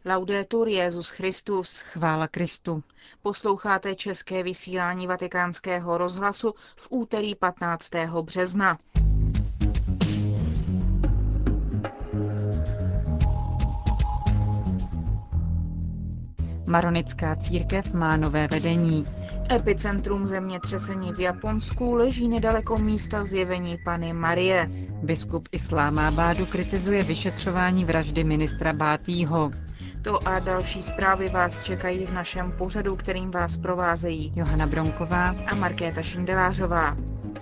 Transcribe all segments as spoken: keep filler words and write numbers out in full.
Laudetur Jesus Christus. Chvála Kristu. Posloucháte české vysílání Vatikánského rozhlasu v úterý patnáctého března. Maronická církev má nové vedení. Epicentrum zemětřesení v Japonsku leží nedaleko místa zjevení Panny Marie. Biskup Islámábádu kritizuje vyšetřování vraždy ministra Bhattího. To a další zprávy vás čekají v našem pořadu, kterým vás provázejí Johana Bronková a Markéta Šindelářová.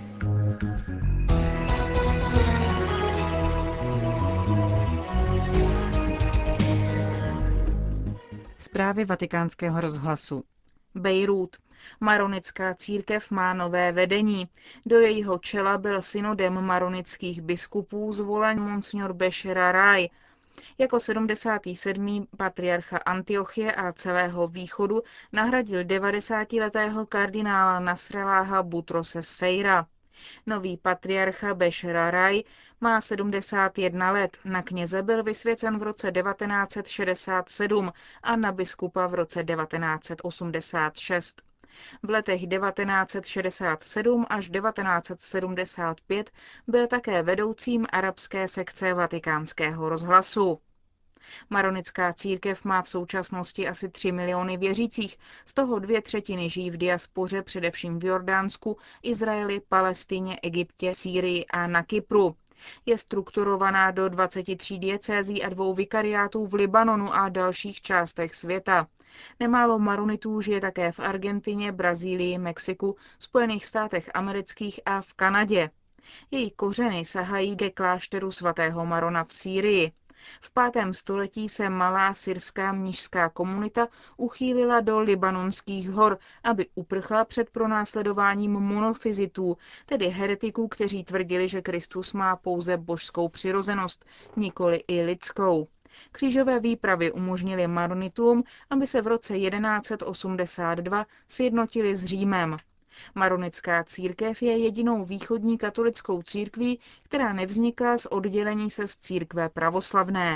Zprávy Vatikánského rozhlasu. Bejrút. Maronická církev má nové vedení. Do jejího čela byl synodem maronických biskupů zvolen monsignor Bešera Raj. Jako sedmdesátý sedmý patriarcha Antiochie a celého východu nahradil devadesátiletého kardinála Nasralláha Butrose Sfeira. Nový patriarcha Bešera Raj má sedmdesát jedna let, na kněze byl vysvěcen v roce devatenáct set šedesát sedm a na biskupa v roce devatenáct set osmdesát šest. V letech devatenáct set šedesát sedm až devatenáct set sedmdesát pět byl také vedoucím arabské sekce Vatikánského rozhlasu. Maronická církev má v současnosti asi tři miliony věřících, z toho dvě třetiny žijí v diaspoře především v Jordánsku, Izraeli, Palestině, Egyptě, Sýrii a na Kypru. Je strukturovaná do dvaceti tří diecézí a dvou vikariátů v Libanonu a dalších částech světa. Nemálo maronitů žije také v Argentině, Brazílii, Mexiku, Spojených státech amerických a v Kanadě. Její kořeny sahají ke klášteru svatého Marona v Sýrii. V pátém století se malá syrská mnišská komunita uchýlila do libanonských hor, aby uprchla před pronásledováním monofizitů, tedy heretiků, kteří tvrdili, že Kristus má pouze božskou přirozenost, nikoli i lidskou. Křížové výpravy umožnily maronitům, aby se v roce jedenáct set osmdesát dva sjednotili s Římem. Maronická církev je jedinou východní katolickou církví, která nevznikla z oddělení se z církve pravoslavné.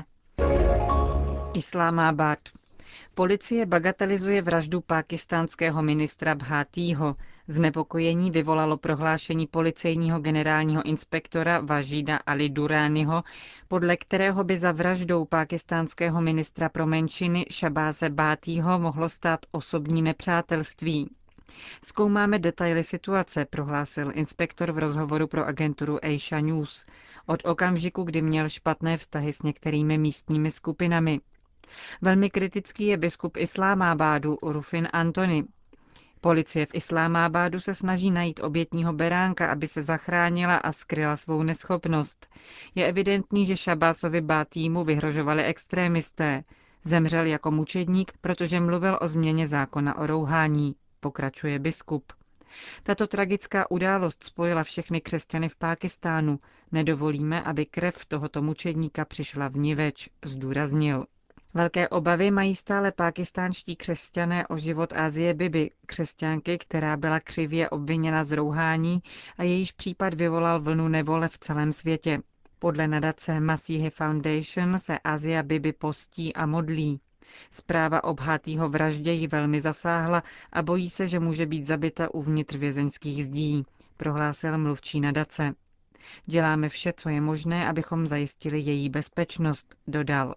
Islámábád. Policie bagatelizuje vraždu pákistánského ministra Bhattího. Znepokojení vyvolalo prohlášení policejního generálního inspektora Vážída Ali Durraniho, podle kterého by za vraždou pákistánského ministra pro menšiny Shahbáze Bhattího mohlo stát osobní nepřátelství. Zkoumáme detaily situace, prohlásil inspektor v rozhovoru pro agenturu Asia News. Od okamžiku, kdy měl špatné vztahy s některými místními skupinami. Velmi kritický je biskup Islámábádu Rufin Antony. Policie v Islámábádu se snaží najít obětního beránka, aby se zachránila a skryla svou neschopnost. Je evidentní, že Shahbázovi Bhattímu vyhrožovali extrémisté. Zemřel jako mučedník, protože mluvil o změně zákona o rouhání, pokračuje biskup. Tato tragická událost spojila všechny křesťany v Pákistánu. Nedovolíme, aby krev tohoto mučedníka přišla vniveč, zdůraznil. Velké obavy mají stále pákistánští křesťané o život Asie Bibi, křesťanky, která byla křivě obviněna z rouhání a jejíž případ vyvolal vlnu nevole v celém světě. Podle nadace Masihi Foundation se Asia Bibi postí a modlí. Zpráva o Bhattího vraždě ji velmi zasáhla a bojí se, že může být zabita uvnitř vězeňských zdí, prohlásil mluvčí nadace. Děláme vše, co je možné, abychom zajistili její bezpečnost, dodal.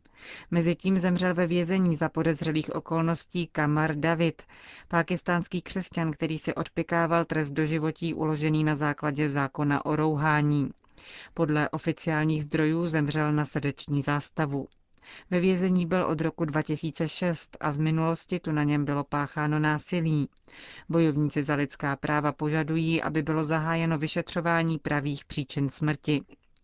Mezitím zemřel ve vězení za podezřelých okolností Kamar David, pákistánský křesťan, který si odpykával trest doživotí uložený na základě zákona o rouhání. Podle oficiálních zdrojů zemřel na srdeční zástavu. Ve vězení byl od roku dva tisíce šest a v minulosti tu na něm bylo pácháno násilí. Bojovníci za lidská práva požadují, aby bylo zahájeno vyšetřování pravých příčin smrti.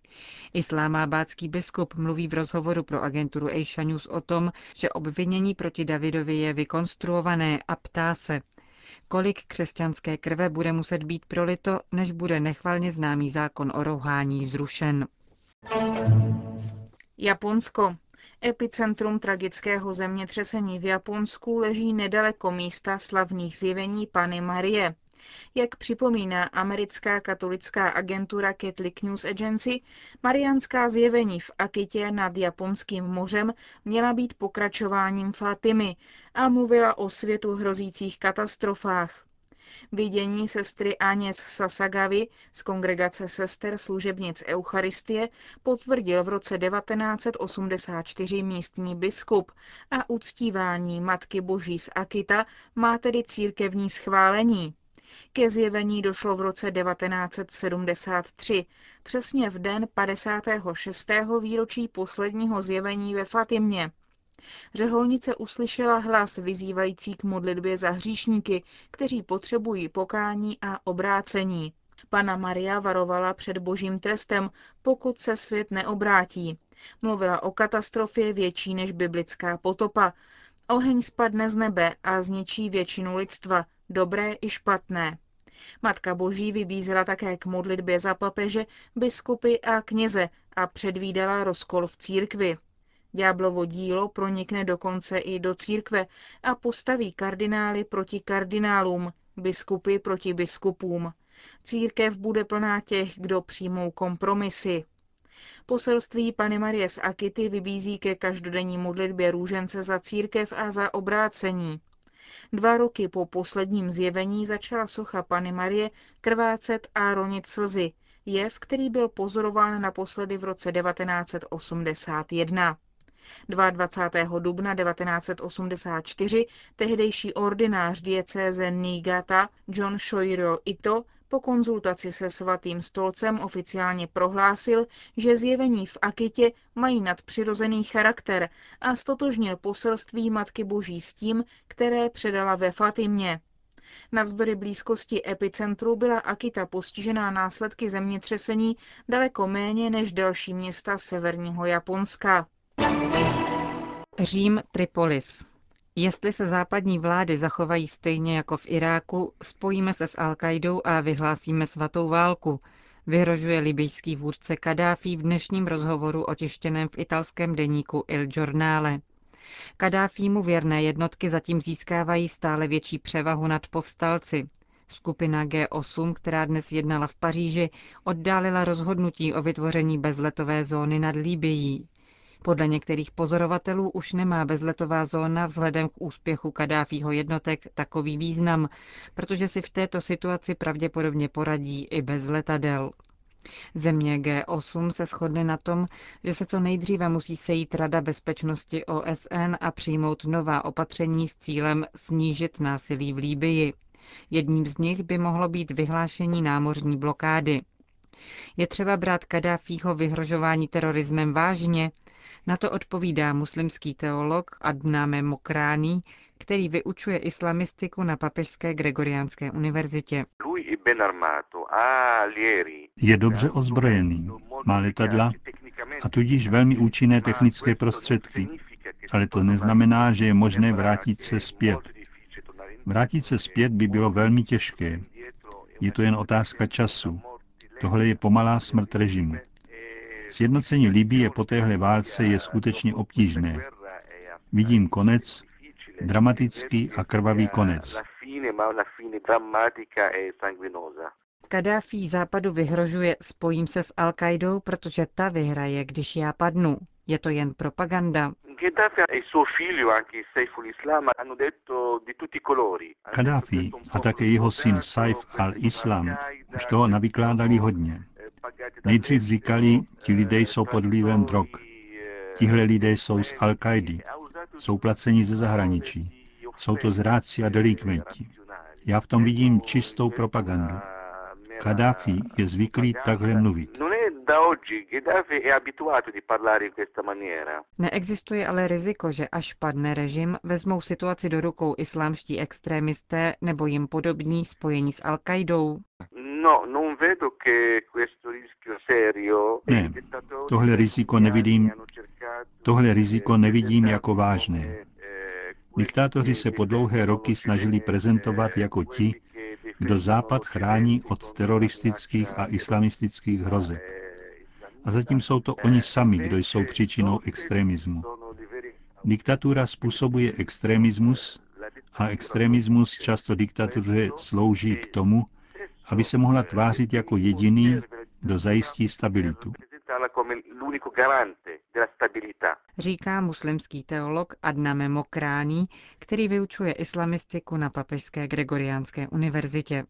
Islámábádský biskup mluví v rozhovoru pro agenturu Asia News o tom, že obvinění proti Davidovi je vykonstruované a ptá se, kolik křesťanské krve bude muset být prolito, než bude nechvalně známý zákon o rouhání zrušen. Japonsko. Epicentrum tragického zemětřesení v Japonsku leží nedaleko místa slavných zjevení Panny Marie. Jak připomíná americká katolická agentura Catholic News Agency, mariánská zjevení v Akitě nad Japonským mořem měla být pokračováním Fatimy a mluvila o světu hrozících katastrofách. Vidění sestry Agnes Sasagawy z kongregace sester služebnic Eucharistie potvrdil v roce devatenáct set osmdesát čtyři místní biskup a uctívání Matky Boží z Akita má tedy církevní schválení. Ke zjevení došlo v roce devatenáct set sedmdesát tři, přesně v den padesátého šestého výročí posledního zjevení ve Fatimě. Řeholnice uslyšela hlas vyzývající k modlitbě za hříšníky, kteří potřebují pokání a obrácení. Panna Maria varovala před božím trestem, pokud se svět neobrátí. Mluvila o katastrofě větší než biblická potopa. Oheň spadne z nebe a zničí většinu lidstva, dobré i špatné. Matka Boží vybízela také k modlitbě za papeže, biskupy a kněze a předvídala rozkol v církvi. Ďáblovo dílo pronikne dokonce i do církve a postaví kardinály proti kardinálům, biskupy proti biskupům. Církev bude plná těch, kdo přijmou kompromisy. Poselství Panny Marie z Akity vybízí ke každodenní modlitbě růžence za církev a za obrácení. Dva roky po posledním zjevení začala socha Panny Marie krvácet a ronit slzy, jev, který byl pozorován naposledy v roce devatenáct set osmdesát jedna. dvacátého druhého dubna devatenáct set osmdesát čtyři tehdejší ordinář diecéze Niigata John Shoiro Ito po konzultaci se svatým stolcem oficiálně prohlásil, že zjevení v Akitě mají nadpřirozený charakter a stotožnil poselství Matky Boží s tím, které předala ve Fatimě. Navzdory blízkosti epicentru byla Akita postižená následky zemětřesení daleko méně než další města severního Japonska. Řím, Tripolis. Jestli se západní vlády zachovají stejně jako v Iráku, spojíme se s Al-Kaidou a vyhlásíme svatou válku, vyhrožuje libyjský vůdce Kaddáfí v dnešním rozhovoru otištěném v italském deníku Il Giornale. Kaddáfímu věrné jednotky zatím získávají stále větší převahu nad povstalci. Skupina G osm, která dnes jednala v Paříži, oddálila rozhodnutí o vytvoření bezletové zóny nad Libyí. Podle některých pozorovatelů už nemá bezletová zóna vzhledem k úspěchu Kaddáfího jednotek takový význam, protože si v této situaci pravděpodobně poradí i bez letadel. Země G osm se shodly na tom, že se co nejdříve musí sejít Rada bezpečnosti O S N a přijmout nová opatření s cílem snížit násilí v Libyi. Jedním z nich by mohlo být vyhlášení námořní blokády. Je třeba brát Kaddáfího vyhrožování terorismem vážně? Na to odpovídá muslimský teolog Adname Mokrani, který vyučuje islamistiku na Papežské Gregoriánské univerzitě. Je dobře ozbrojený, má letadla a tudíž velmi účinné technické prostředky, ale to neznamená, že je možné vrátit se zpět. Vrátit se zpět by bylo velmi těžké. Je to jen otázka času. Tohle je pomalá smrt režimu. Sjednocení Libye po téhle válce je skutečně obtížné. Vidím konec, dramatický a krvavý konec. Kaddáfí západu vyhrožuje, spojím se s Al-Kaidou, protože ta vyhraje, když já padnu. Je to jen propaganda. Kaddáfí a také jeho syn Saif al-Islam už toho navykládali hodně. Nejdřív říkali, ti lidé jsou pod vlivem drog. Tihle lidé jsou z Al-Kaidy. Jsou placeni ze zahraničí. Jsou to zrádci a delikventi. Já v tom vidím čistou propagandu. Kaddáfí je zvyklý takhle mluvit. Neexistuje ale riziko, že až padne režim, vezmou situaci do rukou islámští extrémisté nebo jim podobní spojení s Al-Kaidou? Ne, tohle riziko nevidím, tohle riziko nevidím jako vážné. Diktátoři se po dlouhé roky snažili prezentovat jako ti, kdo Západ chrání od teroristických a islamistických hrozeb. A zatím jsou to oni sami, kdo jsou příčinou extremismu. Diktatura způsobuje extremismus A extremismus často diktatuře slouží k tomu, aby se mohla tvářit jako jediný, kdo zajistí stabilitu. Říká muslimský teolog Adname Mokrani, který vyučuje islamistiku na Papežské Gregoriánské univerzitě.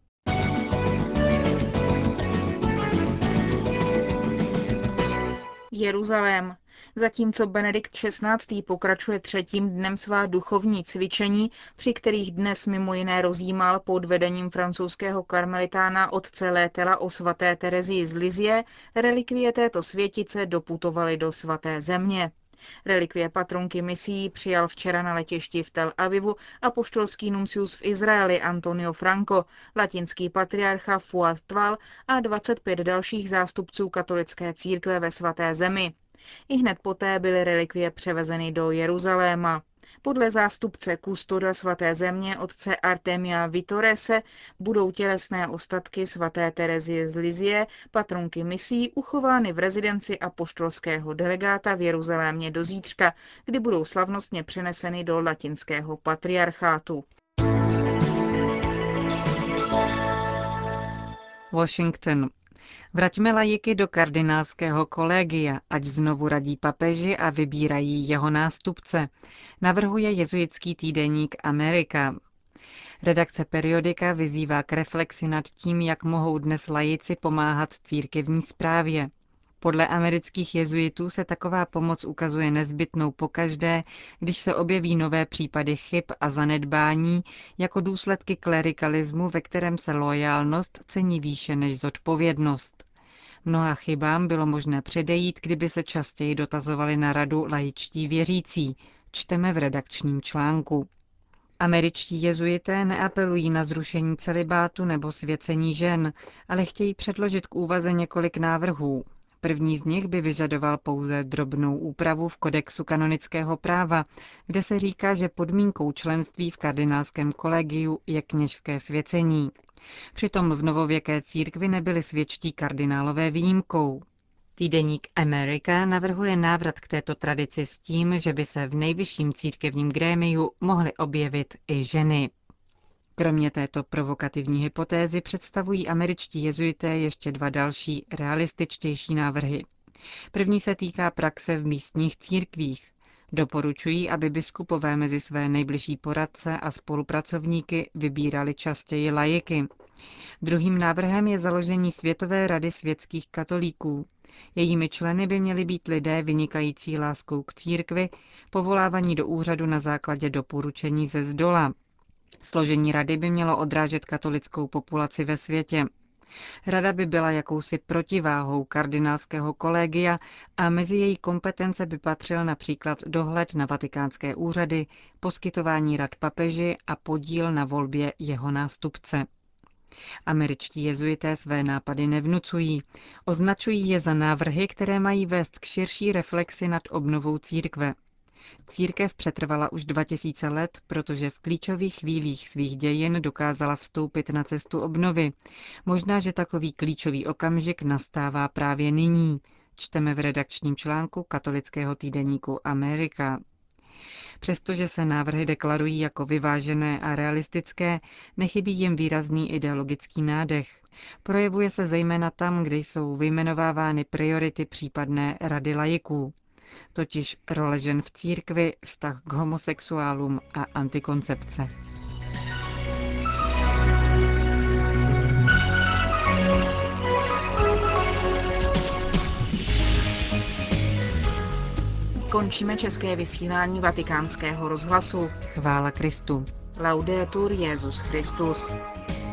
Jeruzalém. Zatímco Benedikt šestnáctý. Pokračuje třetím dnem svá duchovní cvičení, při kterých dnes mimo jiné rozjímal pod vedením francouzského karmelitána otce Létela o svaté Terezii z Lizie, relikvie této světice doputovaly do svaté země. Relikvie patronky misií přijal včera na letišti v Tel Avivu apoštolský nuncius v Izraeli Antonio Franco, latinský patriarcha Fuad Tval a dvacet pět dalších zástupců katolické církve ve svaté zemi. Ihned poté byly relikvie převezeny do Jeruzaléma. Podle zástupce kustoda svaté země otce Artemia Vitorese budou tělesné ostatky svaté Terezie z Lizie, patronky misií, uchovány v rezidenci apoštolského delegáta v Jeruzalémě do zítřka, kdy budou slavnostně přeneseny do latinského patriarchátu. Washington. Vraťme laiky do kardinálského kolegia, ať znovu radí papeži a vybírají jeho nástupce, navrhuje jezuitský týdeník Amerika. Redakce periodika vyzývá k reflexi nad tím, jak mohou dnes laici pomáhat církevní správě. Podle amerických jezuitů se taková pomoc ukazuje nezbytnou pokaždé, když se objeví nové případy chyb a zanedbání jako důsledky klerikalismu, ve kterém se loajálnost cení výše než zodpovědnost. Mnoha chybám bylo možné předejít, kdyby se častěji dotazovali na radu laičtí věřící, čteme v redakčním článku. Američtí jezuité neapelují na zrušení celibátu nebo svěcení žen, ale chtějí předložit k úvaze několik návrhů. První z nich by vyžadoval pouze drobnou úpravu v kodexu kanonického práva, kde se říká, že podmínkou členství v kardinálském kolegiu je kněžské svěcení. Přitom v novověké církvi nebyli světští kardinálové výjimkou. Týdeník Amerika navrhuje návrat k této tradici s tím, že by se v nejvyšším církevním grémiu mohly objevit i ženy. Kromě této provokativní hypotézy představují američtí jezuité ještě dva další, realističtější návrhy. První se týká praxe v místních církvích. Doporučují, aby biskupové mezi své nejbližší poradce a spolupracovníky vybírali častěji laiky. Druhým návrhem je založení Světové rady světských katolíků. Jejími členy by měli být lidé vynikající láskou k církvi, povolávaní do úřadu na základě doporučení ze zdola. Složení rady by mělo odrážet katolickou populaci ve světě. Rada by byla jakousi protiváhou kardinálského kolegia a mezi její kompetence by patřil například dohled na vatikánské úřady, poskytování rad papeži a podíl na volbě jeho nástupce. Američtí jezuité své nápady nevnucují, označují je za návrhy, které mají vést k širší reflexi nad obnovou církve. Církev přetrvala už dva tisíce let, protože v klíčových chvílích svých dějin dokázala vstoupit na cestu obnovy. Možná, že takový klíčový okamžik nastává právě nyní, čteme v redakčním článku katolického týdeníku Amerika. Přestože se návrhy deklarují jako vyvážené a realistické, nechybí jim výrazný ideologický nádech. Projevuje se zejména tam, kde jsou vyjmenovávány priority případné rady laiků, totiž role žen v církvi, vztah k homosexuálům a antikoncepce. Končíme české vysílání Vatikánského rozhlasu. Chvála Kristu. Laudetur Jesus Christus.